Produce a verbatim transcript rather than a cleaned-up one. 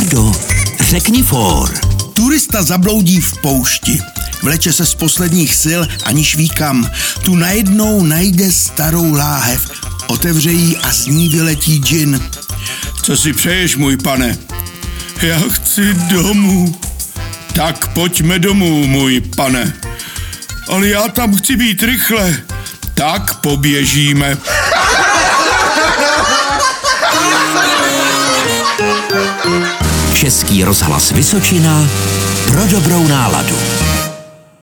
do Řekni for. Turista zabloudí v poušti. Vleče se z posledních sil, aniž ví kam. Tu najednou najde starou láhev. Otevře ji a z ní vyletí džin. Co si přeješ, můj pane? Já chci domů. Tak pojďme domů, můj pane. Ale já tam chci být rychle. Tak poběžíme. Český rozhlas Vysočina pro dobrou náladu.